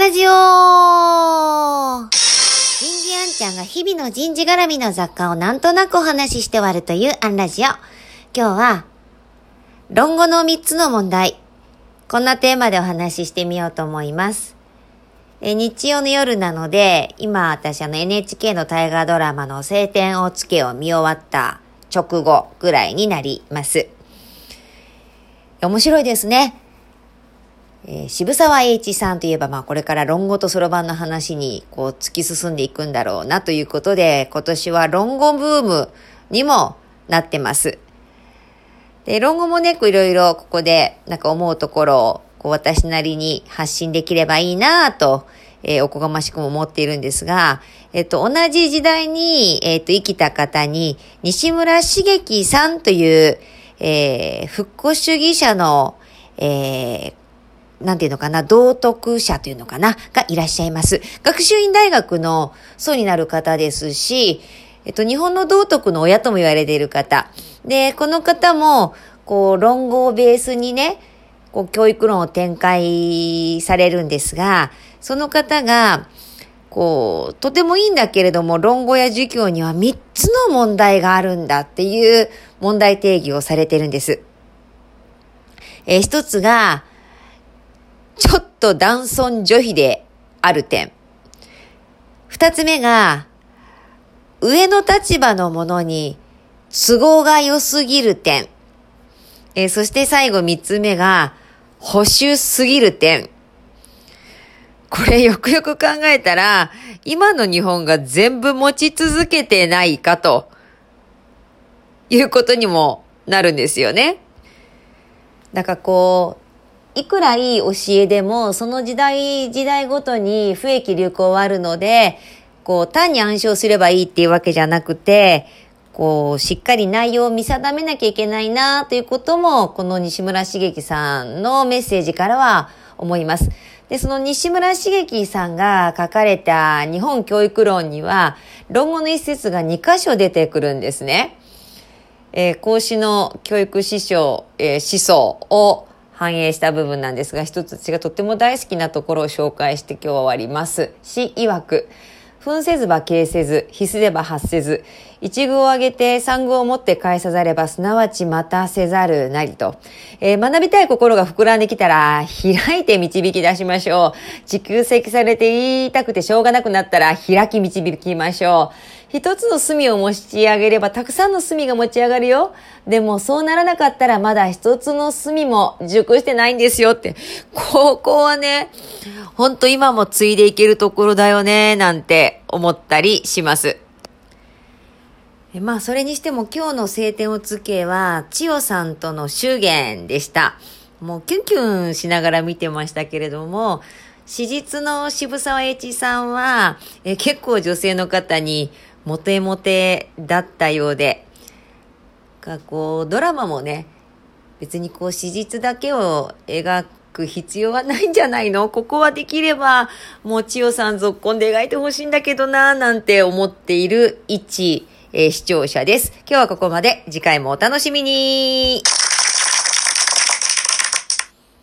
ラジオ人事あんちゃんが日々の人事絡みの雑貨をなんとなくお話しして終わるというアンラジオ。今日は、論語の3つの問題。こんなテーマでお話ししてみようと思います。日曜の夜なので、今私NHK の大河ドラマの青天を衝けを見終わった直後ぐらいになります。面白いですね。渋沢栄一さんといえば、これから論語と算盤の話に突き進んでいくんだろうなということで、今年は論語ブームにもなってます。で、論語もね、いろいろここで思うところを私なりに発信できればいいなと、おこがましくも思っているんですが、同じ時代に、生きた方に西村茂樹さんという、復古主義者の、道徳者というのかながいらっしゃいます。学習院大学の僧になる方ですし、日本の道徳の親とも言われている方。で、この方も、論語をベースにね、教育論を展開されるんですが、その方が、とてもいいんだけれども、論語や授業には3つの問題があるんだっていう問題定義をされているんです。一つが、ちょっと男尊女卑である点。二つ目が、上の立場の者に都合が良すぎる点。そして最後三つ目が、保守すぎる点。これよくよく考えたら、今の日本が全部持ち続けてないかということにもなるんですよね。だからいくらいい教えでも、その時代ごとに不易流行はあるので、単に暗唱すればいいっていうわけじゃなくて、しっかり内容を見定めなきゃいけないなということも、この西村茂樹さんのメッセージからは思います。で、その西村茂樹さんが書かれた日本教育論には、論語の一節が2箇所出てくるんですね。孔子の教育思想を反映した部分なんですが、一つ私がとっても大好きなところを紹介して今日は終わります。詩曰く、憤せずば敬せず、必すれば発せず、一具を上げて三具をもって返さざれば、すなわちまたせざるなりと。学びたい心が膨らんできたら、開いて導き出しましょう。蓄積されて言いたくてしょうがなくなったら、開き導きましょう。一つの隅を持ち上げればたくさんの隅が持ち上がるよ。でもそうならなかったらまだ一つの隅も熟してないんですよって。ここはね、ほんと今も継いでいけるところだよね、なんて思ったりします。それにしても今日の青天を衝けは、千代さんとの祝言でした。もうキュンキュンしながら見てましたけれども、史実の渋沢栄一さんは、結構女性の方にモテモテだったようで、ドラマもね、別に史実だけを描く必要はないんじゃないの？ここはできれば、もう千代さん続婚で描いてほしいんだけどな、なんて思っている一視聴者です。今日はここまで。次回もお楽しみに。